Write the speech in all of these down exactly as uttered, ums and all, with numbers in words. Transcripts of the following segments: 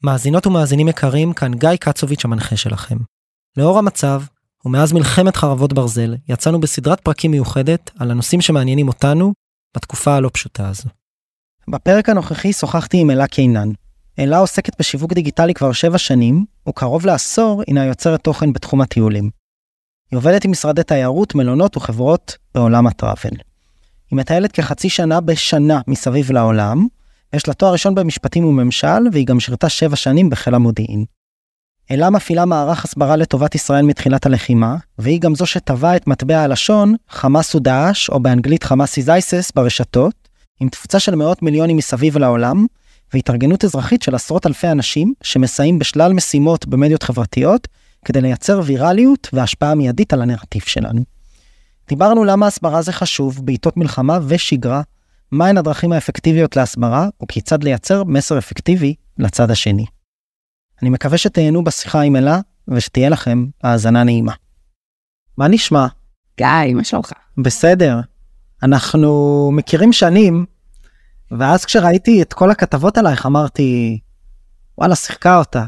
מאזינות ומאזינים יקרים, כאן גיא קצוביץ' המנחה שלכם. לאור המצב, ומאז מלחמת חרבות ברזל, יצאנו בסדרת פרקים מיוחדת על הנושאים שמעניינים אותנו בתקופה הלא פשוטה הזו. בפרק הנוכחי שוחחתי עם אלה קינן. אלה עוסקת בשיווק דיגיטלי כבר שבע שנים, וקרוב לעשור הינה יוצרת תוכן בתחום הטיולים. היא עובדת עם משרדי תיירות, מלונות וחברות בעולם הטראבל. היא מטיילת כחצי שנה בשנה מסביב לעולם, יש לה תואר ראשון במשפטים וממשל, והיא גם שירתה שבע שנים בחיל המודיעין. אלה מפעילה מערך הסברה לטובת ישראל מתחילת הלחימה, והיא גם זו שטבעה את מטבע הלשון חמאס הוא דאעש, או באנגלית חמאס is ISIS ברשתות, עם תפוצה של מאות מיליונים מסביב לעולם, והתארגנות אזרחית של עשרות אלפי אנשים שמסייעים בשלל משימות במדיות חברתיות, כדי לייצר וירליות והשפעה מיידית על הנרטיב שלנו. דיברנו למה הסברה זה חשוב בעיתות מלחמה ושגרה, מהן הדרכים האפקטיביות להסברה, וכיצד לייצר מסר אפקטיבי לצד השני. אני מקווה שתהנו בשיחה עם אלה, ושתהיה לכם האזנה נעימה. מה נשמע? גיא, מה שלומך? בסדר. אנחנו מכירים שנים, ואז כשראיתי את כל הכתבות עלייך, אמרתי, וואלה, שיחקה אותה.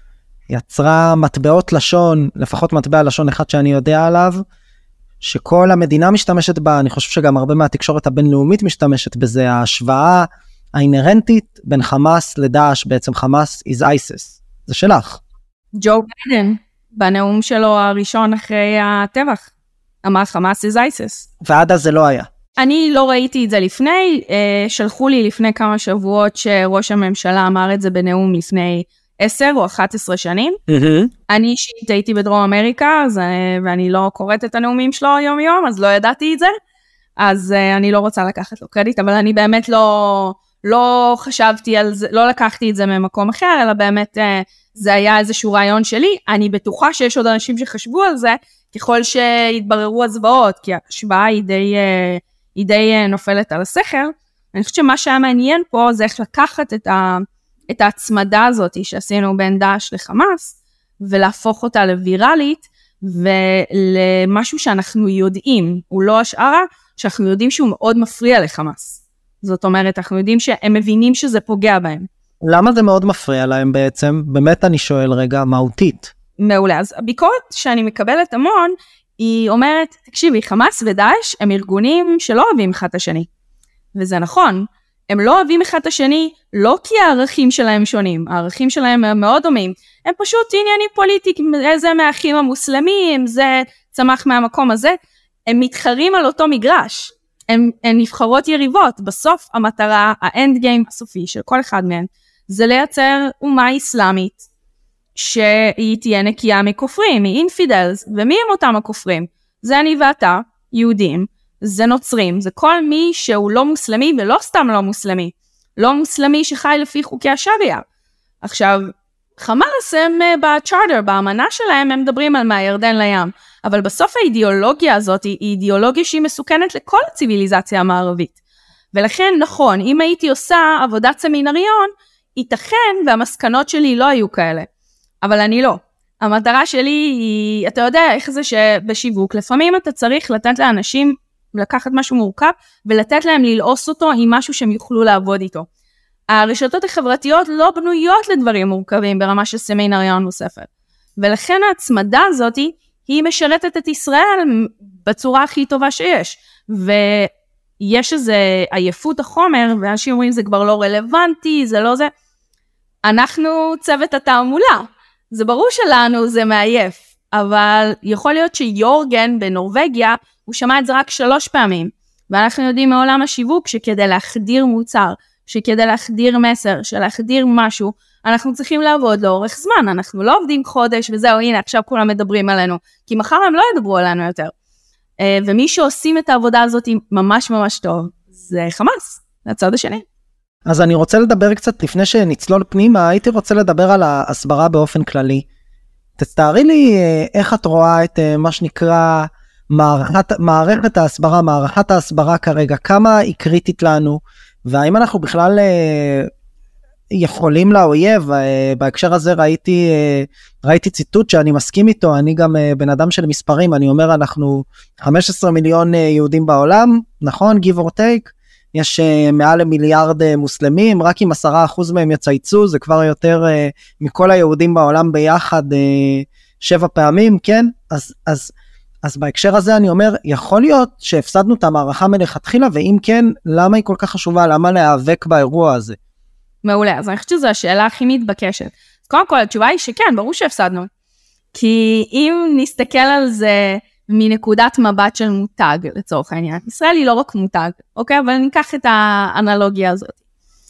יצרה מטבעות לשון, לפחות מטבע לשון אחד שאני יודע עליו, שכל המדינה משתמשת בה, אני חושב שגם הרבה מהתקשורת הבינלאומית משתמשת בזה, ההשוואה האינרנטית בין חמאס לדאעש, בעצם חמאס is ISIS. זה שלך. ג'ו ביידן, בנאום שלו הראשון אחרי הטבח, אמר חמאס is ISIS. ועד אז זה לא היה. אני לא ראיתי את זה לפני, שלחו לי לפני כמה שבועות שראש הממשלה אמר את זה בנאום לפני עשר או אחת עשרה שנים. Mm-hmm. אני אישית הייתי בדרום אמריקה, אז, ואני לא קוראת את הנאומים שלו יום יום, אז לא ידעתי את זה. אז אני לא רוצה לקחת לו קרדיט, אבל אני באמת לא, לא חשבתי על זה, לא לקחתי את זה ממקום אחר, אלא באמת זה היה איזשהו רעיון שלי. אני בטוחה שיש עוד אנשים שחשבו על זה, ככל שהתבררו הזוועות, כי ההשוואה היא די, היא די נופלת על השכל. אני חושבת שמה שהיה מעניין פה, זה איך לקחת את ה... את ההצמדה הזאת שעשינו בין דאעש לחמאס, ולהפוך אותה לווירלית, ולמשהו שאנחנו יודעים, הוא לא השערה, שאנחנו יודעים שהוא מאוד מפריע לחמאס. זאת אומרת, אנחנו יודעים שהם מבינים שזה פוגע בהם. למה זה מאוד מפריע להם בעצם? באמת אני שואל רגע, מהותית. מעולה, אז הביקורת שאני מקבלת המון, היא אומרת, תקשיבי, חמאס ודאעש הם ארגונים שלא אוהבים אחד את השני. וזה נכון, הם לא אוהבים אחד את השני, לא כי הערכים שלהם שונים, הערכים שלהם הם מאוד דומים, הם פשוט עניינים פוליטיים, איזה מהאחים המוסלמים, זה צמח מהמקום הזה, הם מתחרים על אותו מגרש, הם, הם נבחרות יריבות, בסוף המטרה, האנד גיים הסופי של כל אחד מהם, זה לייצר אומה אסלאמית, שהיא תהיה נקייה מכופרים, מאינפידלס, ומי הם אותם הכופרים? זה אני ואתה, יהודים, זה נוצרים, זה כל מי שהוא לא מוסלמי, ולא סתם לא מוסלמי, לא מוסלמי שחי לפי חוקי השריעה. עכשיו, חמאס הם בצ'ארטר, באמנה שלהם, הם מדברים על מהירדן לים, אבל בסוף האידיאולוגיה הזאת היא אידיאולוגיה שהיא מסוכנת לכל הציביליזציה המערבית. ולכן, נכון, אם הייתי עושה עבודת סמינריון, ייתכן והמסקנות שלי לא היו כאלה. אבל אני לא. המטרה שלי היא, אתה יודע איך זה שבשיווק, לפעמים אתה צריך לתת לאנשים לקחת משהו מורכב, ולתת להם ללעוס אותו עם משהו שהם יוכלו לעבוד איתו. הרשתות החברתיות לא בנויות לדברים מורכבים, ברמה של סמינריון נוספת. ולכן ההצמדה הזאת, היא משרתת את ישראל בצורה הכי טובה שיש. ויש איזו עייפות החומר, ואנשים אומרים, זה כבר לא רלוונטי, זה לא זה. אנחנו צוות התעמולה. זה ברור שלנו, זה מעייף. אבל יכול להיות שיורגן בנורווגיה, הוא שמע את זה רק שלוש פעמים, ואנחנו יודעים מעולם השיווק שכדי להחדיר מוצר, שכדי להחדיר מסר, שלהחדיר משהו, אנחנו צריכים לעבוד לאורך זמן, אנחנו לא עובדים חודש וזהו, הנה עכשיו כולם מדברים עלינו, כי מחר הם לא ידברו עלינו יותר. ומי שעושים את העבודה הזאת ממש ממש טוב, זה חמאס, לצד השני. אז אני רוצה לדבר קצת, לפני שנצלול פנימה, הייתי רוצה לדבר על ההסברה באופן כללי. תתארי לי איך את רואה את מה שנקרא מערכת, מערכת ההסברה, מערכת ההסברה כרגע, כמה היא קריטית לנו, והאם אנחנו בכלל יכולים לאויב. בהקשר הזה ראיתי, ראיתי ציטוט שאני מסכים איתו, אני גם בן אדם של מספרים, אני אומר אנחנו חמישה עשר מיליון יהודים בעולם, נכון? give or take, יש מעל למיליארד מוסלמים, רק אם עשרה אחוז מהם יצייצו, זה כבר יותר מכל היהודים בעולם ביחד שבע פעמים, כן? אז, אז, אז בהקשר הזה אני אומר, יכול להיות שהפסדנו את המערכה מלכתחילה, ואם כן, למה היא כל כך חשובה? למה להיאבק באירוע הזה? מעולה, אז אני חושבת שזו השאלה הכי מתבקשת. קודם כל, התשובה היא שכן, ברור שהפסדנו. כי אם נסתכל על זה מנקודת מבט של מותג, לצורך העניין, ישראל היא לא רק מותג, אוקיי? אבל ניקח את האנלוגיה הזאת.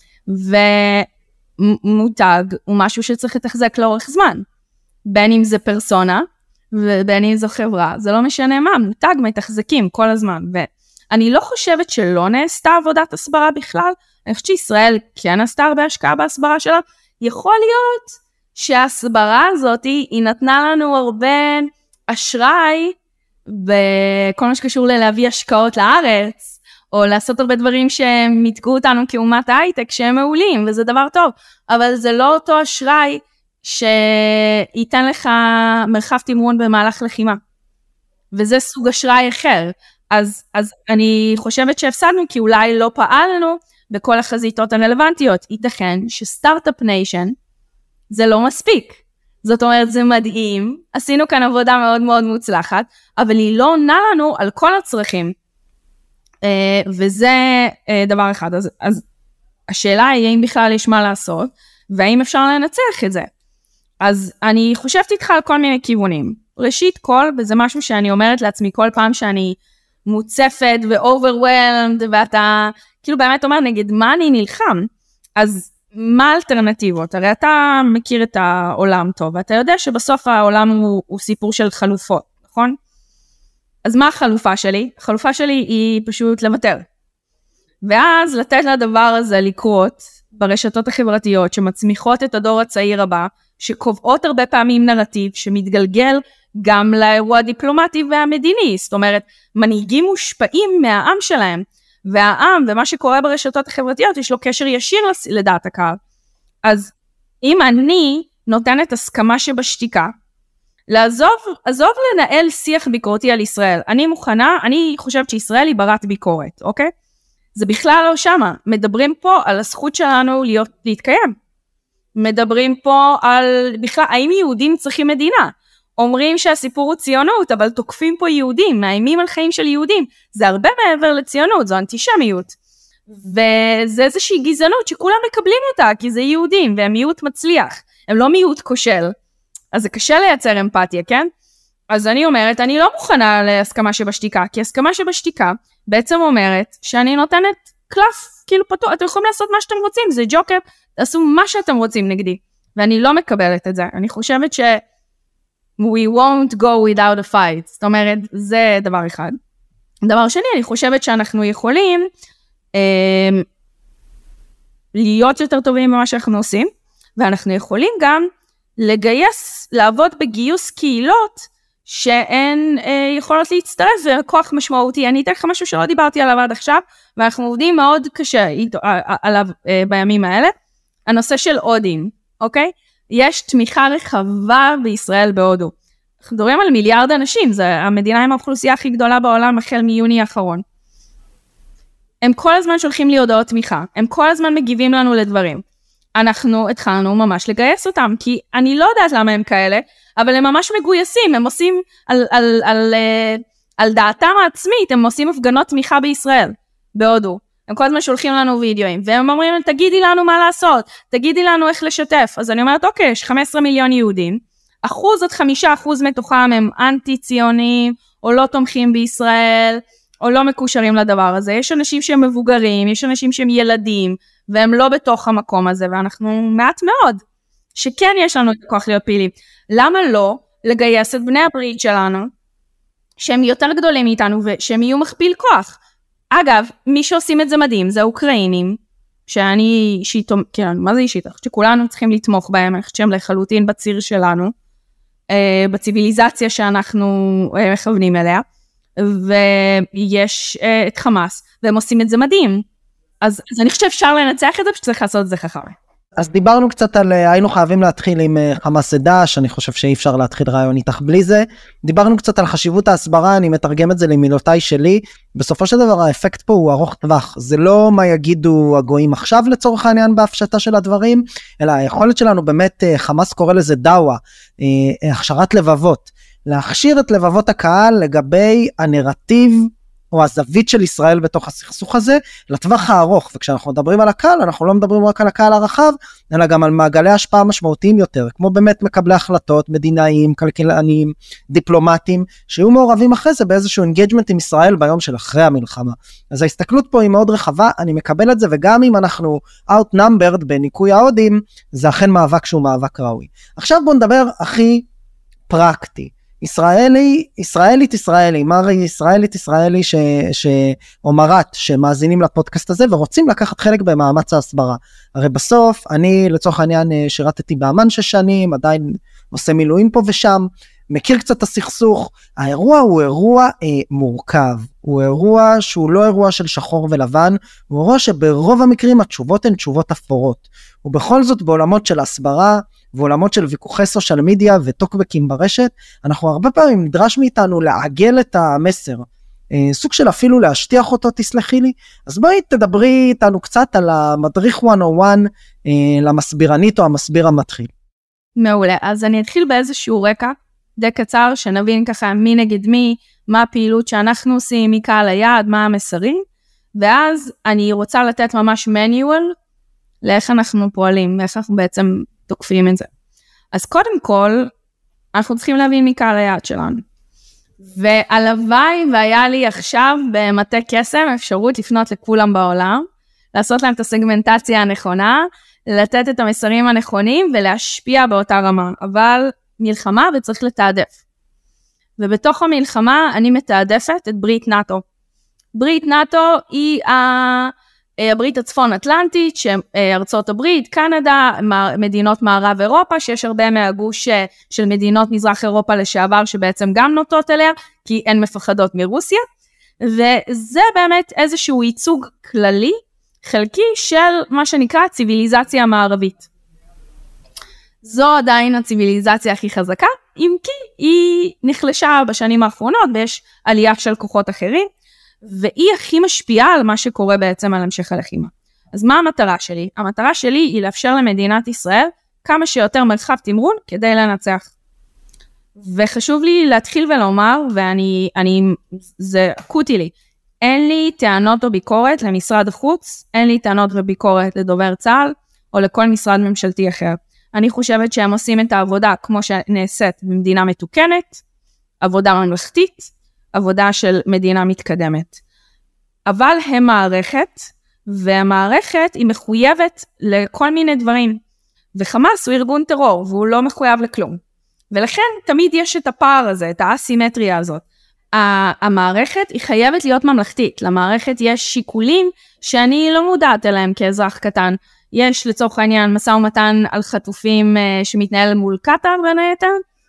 ומותג הוא משהו שצריך לתחזק לאורך זמן. בין אם זה פרסונה, ובין אם זו חברה, זה לא משנה מה, מותג מתחזקים כל הזמן. ואני לא חושבת שלא נעשתה עבודת הסברה בכלל, אני חושבת שישראל כן עשתה הרבה השקעה בהסברה שלה, יכול להיות שההסברה הזאת היא נתנה לנו הרבה אשראי בכל מה שקשור ללהביא השקעות לארץ, או לעשות הרבה דברים שמתגעו אותנו כאומת ההייטק שהם מעולים, וזה דבר טוב, אבל זה לא אותו אשראי שייתן לך מרחב תמרון במהלך לחימה, וזה סוג אשראי אחר. אז, אז אני חושבת שהפסדנו כי אולי לא פעלנו בכל החזיתות הרלוונטיות. ייתכן שסטארט-אפ ניישן זה לא מספיק. זאת אומרת, זה מדהים, עשינו כאן עבודה מאוד מאוד מוצלחת, אבל היא לא עונה לנו על כל הצרכים. וזה דבר אחד. אז, אז השאלה היא האם בכלל יש מה לעשות, והאם אפשר לנצח את זה. אז אני חושבת איתך על כל מיני כיוונים. ראשית כל, וזה משהו שאני אומרת לעצמי כל פעם שאני מוצפת ו-overwhelmed, ואתה כאילו באמת אומר נגד מה אני נלחם, אז מה האלטרנטיבות? הרי אתה מכיר את העולם טוב, ואתה יודע שבסוף העולם הוא, הוא סיפור של חלופות, נכון? אז מה החלופה שלי? החלופה שלי היא פשוט לוותר. ואז לתת לדבר הזה לקרות ברשתות החברתיות, שמצמיחות את הדור הצעיר הבא, שקובעות הרבה פעמים נרטיב, שמתגלגל גם לאירוע הדיפלומטי והמדיני, זאת אומרת, מנהיגים מושפעים מהעם שלהם, והעם ומה שקורה ברשתות החברתיות, יש לו קשר ישיר לדעת הקהל. אז אם אני נותנת הסכמה שבשתיקה, לעזוב, עזוב לנהל שיח ביקורתי על ישראל, אני מוכנה, אני חושבת שישראל היא ברת ביקורת, אוקיי? זה בכלל לא שמה, מדברים פה על הזכות שלנו להיות, להתקיים. מדברים פה על, בכלל, האם יהודים צריכים מדינה? אומרים שהסיפור הוא ציונות, אבל תוקפים פה יהודים, מאיימים על חיים של יהודים. זה הרבה מעבר לציונות, זו אנטישמיות. וזה איזושהי גזענות שכולם מקבלים אותה, כי זה יהודים, והם מיעוט מצליח. הם לא מיעוט כושל. אז זה קשה לייצר אמפתיה, כן? אז אני אומרת, אני לא מוכנה להסכמה שבשתיקה, כי הסכמה שבשתיקה בעצם אומרת שאני נותנת קלף, כאילו פתוח, אתם יכולים לעשות מה שאתם רוצים, זה ג'וקר, תעשו מה שאתם רוצים נגדי. ואני לא מקבלת את זה. אני חושבת ש we won't go without a fight. זאת אומרת, זה דבר אחד. דבר שני, אני חושבת שאנחנו יכולים אה, להיות יותר טובים במה שאנחנו עושים, ואנחנו יכולים גם לגייס, לעבוד בגיוס קהילות, שהן אה, יכולות להצטרף וכוח משמעותי. אני אתן לך משהו שלא דיברתי עליו עד עכשיו, ואנחנו עובדים מאוד קשה איתו, עליו אה, בימים האלה. הנושא של הודים, אוקיי? יש תמיכה רחבה בישראל בהודו. אנחנו מדברים על מיליארד אנשים, זו המדינה עם האוכלוסייה הכי גדולה בעולם החל מיוני האחרון. הם כל הזמן שולחים לי הודעות תמיכה, הם כל הזמן מגיבים לנו לדברים. אנחנו התחלנו ממש לגייס אותם, כי אני לא יודעת למה הם כאלה, אבל הם ממש מגויסים, הם עושים על, על, על, על, על דעתם העצמית, הם עושים הפגנות תמיכה בישראל, בהודו. הם כל הזמן שולחים לנו וידאוים, והם אומרים, תגידי לנו מה לעשות, תגידי לנו איך לשתף. אז אני אומרת, אוקיי, יש חמישה עשר מיליון יהודים, אחוז עד חמישה אחוז מתוכם הם אנטי-ציונים, או לא תומכים בישראל, או לא מקושרים לדבר הזה. יש אנשים שהם מבוגרים, יש אנשים שהם ילדים, והם לא בתוך המקום הזה, ואנחנו מעט מאוד, שכן יש לנו את הכוח להיות פעילים. למה לא לגייס את בני הברית שלנו, שהם יותר גדולים מאיתנו, ושהם יהיו מכפיל כוח? אגב, מי שעושים את זה מדהים, זה האוקראינים, שאני אישית, כן, מה זה אישית? שכולנו צריכים לתמוך בהם, אני חושבת שהם לחלוטין בציר שלנו, בציביליזציה שאנחנו מכוונים אליה, ויש את חמאס, והם עושים את זה מדהים. אז, אז אני חושבת שאפשר לנצח את זה, שצריך לעשות את זה חכם. אז דיברנו קצת על, היינו חייבים להתחיל עם חמאס דאעש, אני חושב שאי אפשר להתחיל רעיון איתך בלי זה. דיברנו קצת על חשיבות ההסברה, אני מתרגם את זה למילותיי שלי. בסופו של דבר האפקט פה הוא ארוך טווח, זה לא מה יגידו הגויים עכשיו לצורך העניין בהפשטה של הדברים, אלא היכולת שלנו באמת, חמאס קורא לזה דאווה, הכשרת לבבות, להכשיר את לבבות הקהל לגבי הנרטיב, או הזווית של ישראל בתוך הסכסוך הזה, לטווח הארוך, וכשאנחנו מדברים על הקהל, אנחנו לא מדברים רק על הקהל הרחב, אלא גם על מעגלי השפעה משמעותיים יותר, כמו באמת מקבלי החלטות, מדינאים, כלכלנים, דיפלומטים, שיהיו מעורבים אחרי זה באיזשהו אינגייג'מנט עם ישראל ביום של אחרי המלחמה. אז ההסתכלות פה היא מאוד רחבה, אני מקבל את זה, וגם אם אנחנו outnumbered בניקוי ההודים, זה אכן מאבק שהוא מאבק ראוי. עכשיו בואו נדבר הכי פרקטי. ישראלי, ישראלית ישראלי, מר ישראלית ישראלי ש, ש, או מרת שמאזינים לפודקאסט הזה ורוצים לקחת חלק במאמץ ההסברה. הרי בסוף אני לצורך העניין שירתתי באמן שש שנים, עדיין עושה מילואים פה ושם, מכיר קצת את הסכסוך. האירוע הוא אירוע אה, מורכב, הוא אירוע שהוא לא אירוע של שחור ולבן, הוא אירוע שברוב המקרים התשובות הן תשובות אפורות, ובכל זאת בעולמות של הסברה, ועולמות של ויכוחי סושיאל מדיה וטוקבקים ברשת, אנחנו הרבה פעמים נדרש מאיתנו לעגל את המסר, סוג של אפילו להשטיח אותו, תסלחי לי. אז בואי תדברי איתנו קצת על המדריך מאה ואחת למסבירנית או המסביר המתחיל. מעולה, אז אני אתחיל באיזשהו רקע די קצר, שנבין ככה מי נגד מי, מה הפעילות שאנחנו עושים, מי קהל היעד, מה המסרים, ואז אני רוצה לתת ממש מניואל, לאיך אנחנו פועלים, ואיך אנחנו בעצם תוקפים את זה. אז קודם כל, אנחנו צריכים להבין מי קהל היעד שלנו. והלוואי והיה לי עכשיו במטה קסם אפשרות לפנות לכולם בעולם, לעשות להם את הסגמנטציה הנכונה, לתת את המסרים הנכונים ולהשפיע באותה רמה. אבל מלחמה וצריך לתעדף. ובתוך המלחמה אני מתעדפת את ברית נאטו. ברית נאטו היא ה... הברית הצפון אטלנטית, שארצות הברית, קנדה, מדינות מערב אירופה, שיש הרבה מהגוש של מדינות מזרח אירופה לשעבר, שבעצם גם נוטות אליה, כי הן מפחדות מרוסיה, וזה באמת איזשהו ייצוג כללי, חלקי של מה שנקרא ציוויליזציה המערבית. זו עדיין הציוויליזציה הכי חזקה, אם כי היא נחלשה בשנים האחרונות, ויש עלייה של כוחות אחרים, והיא הכי משפיעה על מה שקורה בעצם על המשך הלחימה. אז מה המטרה שלי? המטרה שלי היא לאפשר למדינת ישראל כמה שיותר מרחב תמרון כדי לנצח. וחשוב לי להתחיל ולומר, ואני, אני, זה אקוטי לי, אין לי טענות או ביקורת למשרד החוץ, אין לי טענות וביקורת לדובר צה"ל, או לכל משרד ממשלתי אחר. אני חושבת שהם עושים את העבודה כמו שנעשית במדינה מתוקנת, עבודה ממלכתית, עבודה של מדינה מתקדמת. אבל הם מערכת, והמערכת היא מחויבת לכל מיני דברים. וחמאס הוא ארגון טרור, והוא לא מחויב לכלום. ולכן תמיד יש את הפער הזה, את האסימטריה הזאת. המערכת היא חייבת להיות ממלכתית. למערכת יש שיקולים שאני לא מודעת אליהם כאזרח קטן. יש לצורך העניין משא ומתן על חטופים שמתנהל מול קטר בין היתר,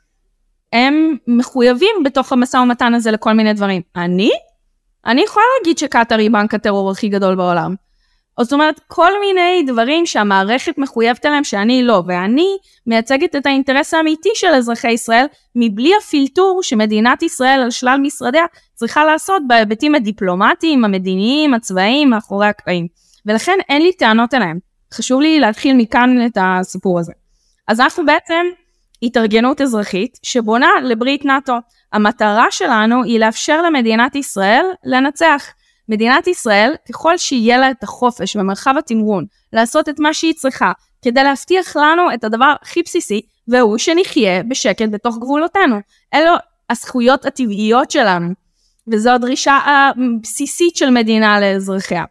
הם מחויבים בתוך המשא ומתן הזה לכל מיני דברים. אני? אני יכולה להגיד שקטר היא בנק הטרור הכי גדול בעולם. זאת אומרת, כל מיני דברים שהמערכת מחויבת עליהם שאני לא, ואני מייצגת את האינטרס האמיתי של אזרחי ישראל, מבלי הפילטור שמדינת ישראל על שלל משרדיה צריכה לעשות בהיבטים הדיפלומטיים, המדיניים, הצבאיים, מאחורי הקלעים. ולכן אין לי טענות עליהם. חשוב לי להתחיל מכאן את הסיפור הזה. אז אנחנו בעצם התארגנות אזרחית שבונה לברית נאטו. המטרה שלנו היא לאפשר למדינת ישראל לנצח. מדינת ישראל, ככל שיהיה לה את החופש במרחב התמרון, לעשות את מה שהיא צריכה, כדי להבטיח לנו את הדבר הכי בסיסי, והוא שנחיה בשקט בתוך גבולותינו. אלו הזכויות הטבעיות שלנו, וזו הדרישה הבסיסית של מדינה לאזרחיה.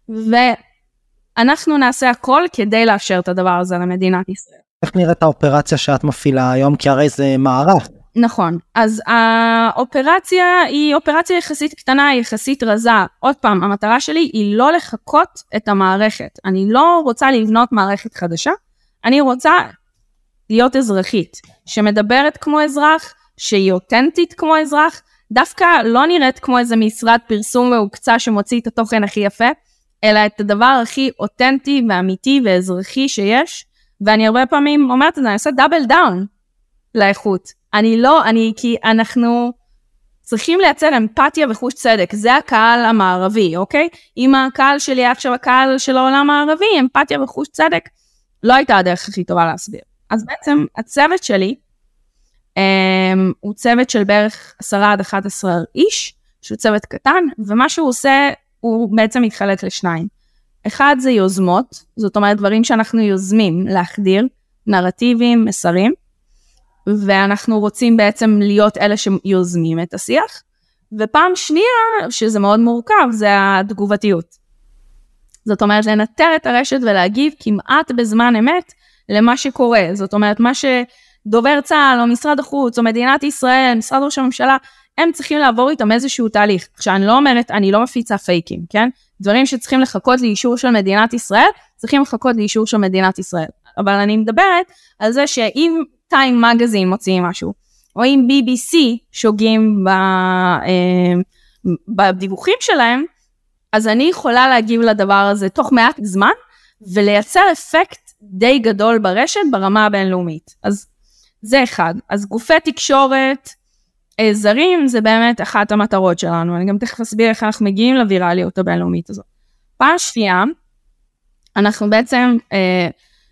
ואנחנו נעשה הכל כדי לאפשר את הדבר הזה למדינת ישראל. איך נראית האופרציה שאת מפעילה היום? כי הרי זה מערך. נכון, אז האופרציה היא אופרציה יחסית קטנה, יחסית רזה. עוד פעם, המטרה שלי היא לא לחכות את המערכת. אני לא רוצה לבנות מערכת חדשה, אני רוצה להיות אזרחית, שמדברת כמו אזרח, שהיא אותנטית כמו אזרח, דווקא לא נראית כמו איזה משרד פרסום והוקצה שמוציא את התוכן הכי יפה, אלא את הדבר הכי אותנטי ואמיתי ואזרחי שיש, ואני הרבה פעמים אומרת את זה, אני עושה דאבל דאון לאיכות. אני לא, אני, כי אנחנו צריכים לייצר אמפתיה וחוש צדק, זה הקהל המערבי, אוקיי? אם הקהל שלי היה עכשיו הקהל של העולם הערבי, אמפתיה וחוש צדק, לא הייתה הדרך הכי טובה להסביר. אז בעצם הצוות שלי, um, הוא צוות של בערך עשרה עד אחד עשר איש, שהוא צוות קטן, ומה שהוא עושה, הוא בעצם מתחלק לשניים. אחד זה יוזמות, זאת אומרת דברים שאנחנו יוזמים להחדיר, נרטיבים, מסרים, ואנחנו רוצים בעצם להיות אלה שיוזמים את השיח, ופעם שנייה, שזה מאוד מורכב, זה התגובתיות. זאת אומרת, לנטר את הרשת ולהגיב כמעט בזמן אמת למה שקורה. זאת אומרת, מה שדובר צה"ל או משרד החוץ או מדינת ישראל, משרד ראש הממשלה, הם צריכים לעבור איתם איזשהו תהליך. עכשיו, אני לא אומרת, אני לא מפיצה פייקים, כן? דברים שצריכים לחכות לאישור של מדינת ישראל, צריכים לחכות לאישור של מדינת ישראל. אבל אני מדברת על זה שאם טיים מגזין מוציאים משהו, או אם בי בי סי שוגים ב, אה, בדיווחים שלהם, אז אני יכולה להגיב לדבר הזה תוך מעט זמן, ולייצר אפקט די גדול ברשת ברמה הבינלאומית. אז זה אחד. אז גופי תקשורת אה, זרים, זה באמת אחת המטרות שלנו. אני גם תכף אסביר איך אנחנו מגיעים לווירליות הבינלאומית הזאת. פעם שנייה, אנחנו בעצם אה,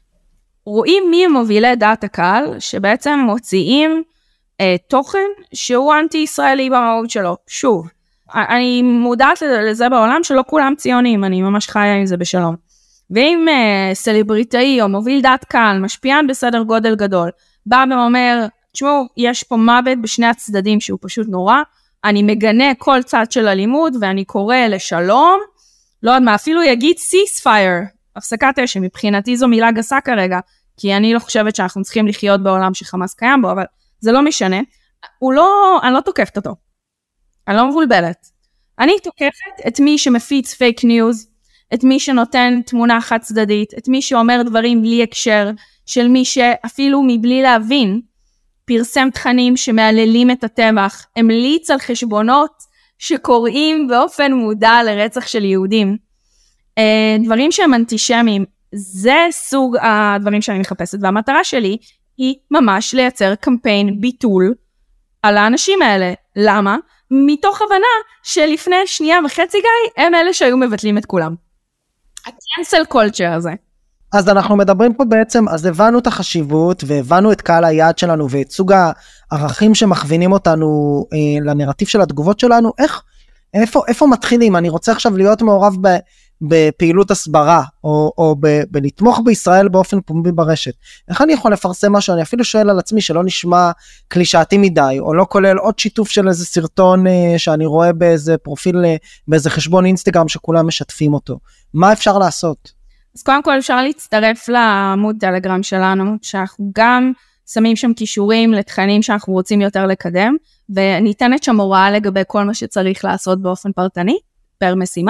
רואים מי מובילי דעת הקהל, שבעצם מוציאים אה, תוכן שהוא אנטי-ישראלי במהות שלו. שוב, אני מודעת לזה בעולם שלא כולם ציונים, אני ממש חיה עם זה בשלום. ואם uh, סלבריטאי או מוביל דעת קהל, משפיען בסדר גודל גדול, בא ואומר, תשמעו, יש פה מוות בשני הצדדים שהוא פשוט נורא, אני מגנה כל צד של הלימוד, ואני קורא לשלום, לא יודע מה, אפילו יגיד ceasefire, הפסקת אש, מבחינתי זו מילה גסה כרגע, כי אני לא חושבת שאנחנו צריכים לחיות בעולם שחמאס קיים בו, אבל זה לא משנה, הוא לא, אני לא תוקפת אותו. אני לא מבולבלת. אני תוקפת את מי שמפיץ פייק ניוז, את מי שנותן תמונה חד צדדית, את מי שאומר דברים בלי הקשר, של מי שאפילו מבלי להבין, פרסם תכנים שמעללים את הטבח, המליץ על חשבונות שקוראים באופן מודע לרצח של יהודים. דברים שהם אנטישמיים, זה סוג הדברים שאני מחפשת, והמטרה שלי היא ממש לייצר קמפיין ביטול על האנשים האלה. למה? מתוך הבנה שלפני שנייה וחצי גיא, הם אלה שהיו מבטלים את כולם. ה-cancel culture הזה. אז אנחנו מדברים פה בעצם, אז הבנו את החשיבות, והבנו את קהל היעד שלנו, ואת סוג הערכים שמכווינים אותנו אה, לנרטיב של התגובות שלנו, איך, איפה, איפה מתחילים? אני רוצה עכשיו להיות מעורב ב... בפעילות הסברה, או, או ב, בלתמוך בישראל באופן פומבי ברשת. איך אני יכול לפרסם משהו? אני אפילו שואל על עצמי, שלא נשמע קלישאתי מדי, או לא כולל עוד שיתוף של איזה סרטון, אה, שאני רואה באיזה פרופיל, אה, באיזה חשבון אינסטגרם, שכולם משתפים אותו. מה אפשר לעשות? אז קודם כל אפשר להצטרף לעמוד טלגרם שלנו, שאנחנו גם שמים שם קישורים לתכנים שאנחנו רוצים יותר לקדם, וניתנת שם הוראה לגבי כל מה שצריך לעשות באופן פרטני, פר משימה.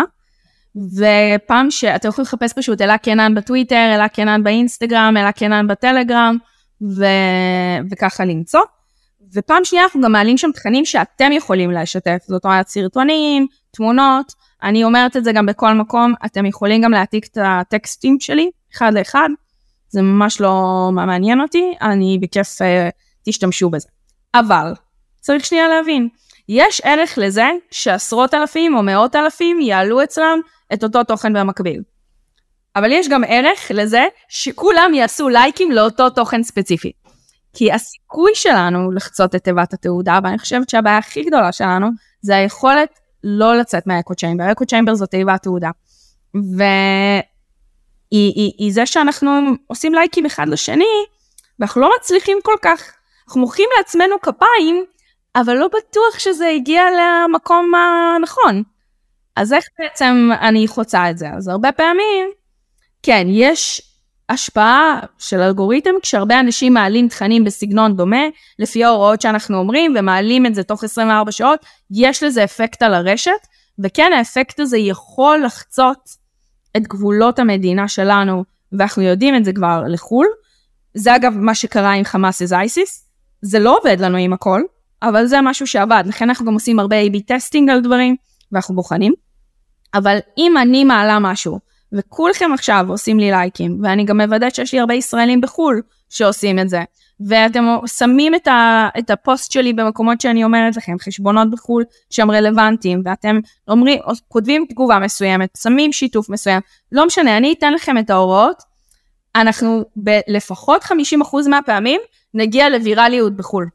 ופעם שאתה יכול לחפש פשוט אלה קנן בטוויטר, אלה קנן באינסטגרם, אלה קנן בטלגרם, ו... וככה למצוא. ופעם שנייה אנחנו גם מעלים שם תכנים שאתם יכולים לשתף, זאת אומרת סרטונים, תמונות, אני אומרת את זה גם בכל מקום, אתם יכולים גם להעתיק את הטקסטים שלי, אחד לאחד, זה ממש לא מעניין אותי, אני בכיף uh, תשתמשו בזה. אבל, צריך שנייה להבין, יש ערך לזה שעשרות אלפים או מאות אלפים יעלו אצלם את אותו תוכן במקביל. אבל יש גם ערך לזה שכולם יעשו לייקים לאותו תוכן ספציפי. כי הסיכוי שלנו לחצות את תיבת התעודה, ואני חושבת שהבעיה הכי גדולה שלנו, זה היכולת לא לצאת מהאקו צ'יימבר. האקו צ'יימבר זאת תיבת תעודה. והיא היא, היא זה שאנחנו עושים לייקים אחד לשני, ואנחנו לא מצליחים כל כך, אנחנו מוחאים לעצמנו כפיים, אבל לא בטוח שזה הגיע למקום הנכון. אז איך בעצם אני חוצה את זה? אז הרבה פעמים, כן, יש השפעה של אלגוריתם, כשהרבה אנשים מעלים תכנים בסגנון דומה, לפי ההוראות שאנחנו אומרים, ומעלים את זה תוך עשרים וארבע שעות, יש לזה אפקט על הרשת, וכן, האפקט הזה יכול לחצות את גבולות המדינה שלנו, ואנחנו יודעים את זה כבר לחול. זה אגב מה שקרה עם חמאס is אייסיס, זה לא עובד לנו עם הכל, אבל זה משהו שעבד, לכן אנחנו גם עושים הרבה איי בי טסטינג על דברים, ואנחנו בוחנים. אבל אם אני מעלה משהו, וכולכם עכשיו עושים לי לייקים, ואני גם מוודאת שיש לי הרבה ישראלים בחול שעושים את זה, ואתם שמים את, ה, את הפוסט שלי במקומות שאני אומרת לכם, חשבונות בחול שהם רלוונטיים, ואתם אומרים, כותבים תגובה מסוימת, שמים שיתוף מסוים, לא משנה, אני אתן לכם את ההוראות, אנחנו בלפחות חמישים אחוז מהפעמים נגיע לווירליות בחול.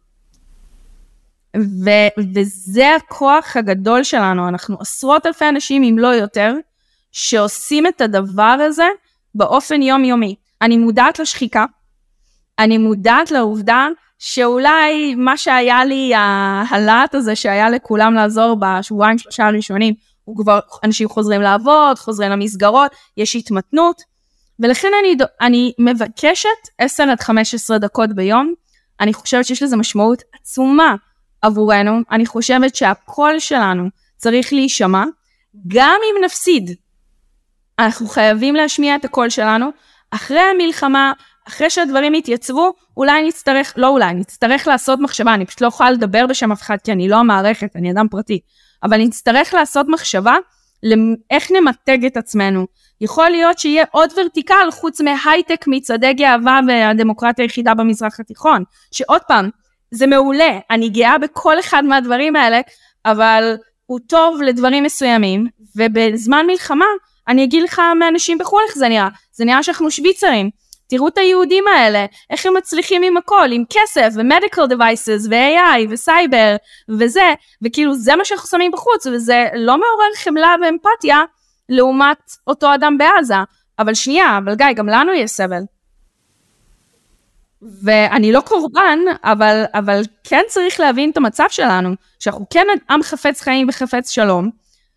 ו- וזה הכוח הגדול שלנו, אנחנו עשרות אלפי אנשים, אם לא יותר, שעושים את הדבר הזה באופן יומיומי. אני מודעת לשחיקה, אני מודעת לעובדה שאולי מה שהיה לי, ההלעת הזה שהיה לכולם לעזור בשבועיים שלושה הראשונים, הוא כבר, אנשים חוזרים לעבוד, חוזרים למסגרות, יש התמתנות, ולכן אני, אני מבקשת עשר עד חמש עשרה דקות ביום, אני חושבת שיש לזה משמעות עצומה עבורנו, אני חושבת שהקול שלנו צריך להישמע, גם אם נפסיד, אנחנו חייבים להשמיע את הקול שלנו, אחרי המלחמה, אחרי שהדברים יתייצבו, אולי נצטרך, לא אולי, נצטרך לעשות מחשבה, אני פשוט לא יכולה לדבר בשם אף אחד, כי אני לא המערכת, אני אדם פרטי, אבל נצטרך לעשות מחשבה, איך נמתג את עצמנו. יכול להיות שיהיה עוד ורטיקל, חוץ מהייטק, מצעדי גאווה והדמוקרטיה היחידה במזרח התיכון, שעוד פעם, זה מעולה, אני גאה בכל אחד מהדברים האלה, אבל הוא טוב לדברים מסוימים, ובזמן מלחמה, אני אגיד לך מאנשים בחו"ל איך זה נראה, זה נראה שאנחנו שוויצרים, תראו את היהודים האלה, איך הם מצליחים עם הכל, עם כסף, ו-medical devices, ו-איי איי, וסייבר, וזה, וכאילו זה מה שאנחנו שמים בחוץ, וזה לא מעורר חמלה ואמפתיה, לעומת אותו אדם בעזה, אבל שנייה, אבל גיא, גם לנו יש סבל. ואני לא קורבן, אבל, אבל כן צריך להבין את המצב שלנו, שאנחנו כן עם חפץ חיים וחפץ שלום,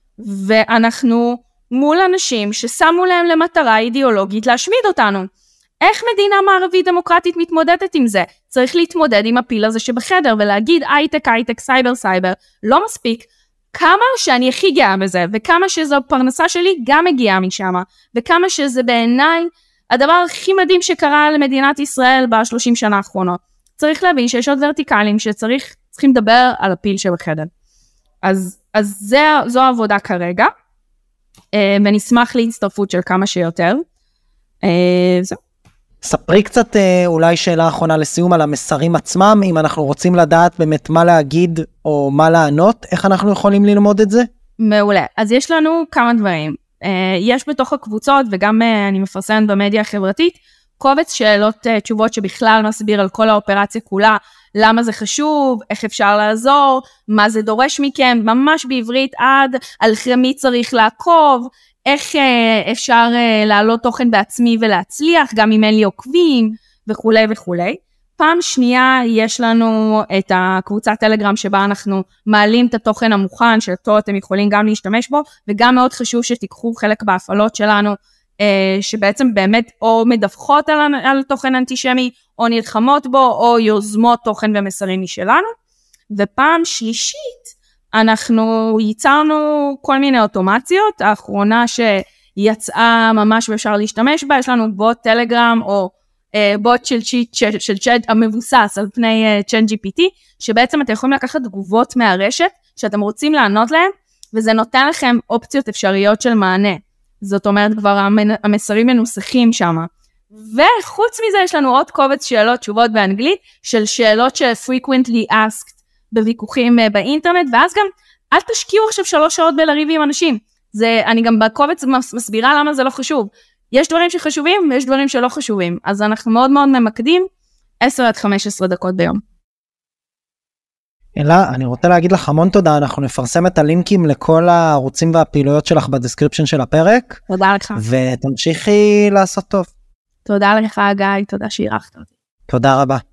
ואנחנו מול אנשים ששמו להם למטרה אידיאולוגית להשמיד אותנו. איך מדינה מערבית דמוקרטית מתמודדת עם זה? צריך להתמודד עם הפיל הזה שבחדר, ולהגיד הייטק, הייטק, סייבר, סייבר, לא מספיק, כמה שאני הכי גאה בזה, וכמה שזו פרנסה שלי גם מגיעה משם, וכמה שזה בעיניי הדבר הכי מדהים שקרה למדינת ישראל בשלושים שנה האחרונות. צריך להבין שיש עוד ורטיקלים שצריך, צריכים לדבר על הפיל שבחדר. אז, אז זה, זו העבודה כרגע, ונשמח להצטרפות של כמה שיותר. זהו. ספרי קצת אולי שאלה אחרונה לסיום על המסרים עצמם, אם אנחנו רוצים לדעת באמת מה להגיד או מה לענות, איך אנחנו יכולים ללמוד את זה? מעולה. אז יש לנו כמה דברים. יש בתוך הקבוצות, וגם אני מפרסמת במדיה החברתית, קובץ שאלות תשובות שבכלל מסביר על כל האופרציה כולה, למה זה חשוב, איך אפשר לעזור, מה זה דורש מכם, ממש בעברית עד על מי צריך לעקוב, איך אפשר לעלות תוכן בעצמי ולהצליח, גם אם אין לי עוקבים וכו' וכו'. פעם שנייה יש לנו את הקבוצת טלגרם שבה אנחנו מעלים את התוכן המוכן, שאותו אתם יכולים גם להשתמש בו, וגם מאוד חשוב שתיקחו חלק בהפעלות שלנו, שבעצם באמת או מדווחות על, על תוכן אנטישמי, או נלחמות בו, או יוזמות תוכן ומסרים משלנו. ופעם שלישית, אנחנו ייצרנו כל מיני אוטומציות, האחרונה שיצאה ממש ואפשר להשתמש בה, יש לנו בוט טלגרם או אה, בוט של צ'אט, של, של צ'אט המבוסס על פני אה, צ'אט ג'י פי טי, שבעצם אתם יכולים לקחת תגובות מהרשת, שאתם רוצים לענות להם, וזה נותן לכם אופציות אפשריות של מענה. זאת אומרת, כבר המסרים מנוסחים שם. וחוץ מזה יש לנו עוד קובץ שאלות, תשובות באנגלית, של שאלות ש-frequently asked, בוויכוחים באינטרנט, ואז גם אל תשקיעו עכשיו שלוש שעות בלריב עם אנשים. זה, אני גם בקובץ מסבירה למה זה לא חשוב. יש דברים שחשובים ויש דברים שלא חשובים. אז אנחנו מאוד מאוד ממקדים עשר עד חמש עשרה דקות ביום. אלה, אני רוצה להגיד לך המון תודה, אנחנו נפרסם את הלינקים לכל הערוצים והפעילויות שלך בדסקריפשן של הפרק. תודה לך. ותמשיכי לעשות טוב. תודה לך גיא, תודה שאירחת אותי. תודה רבה.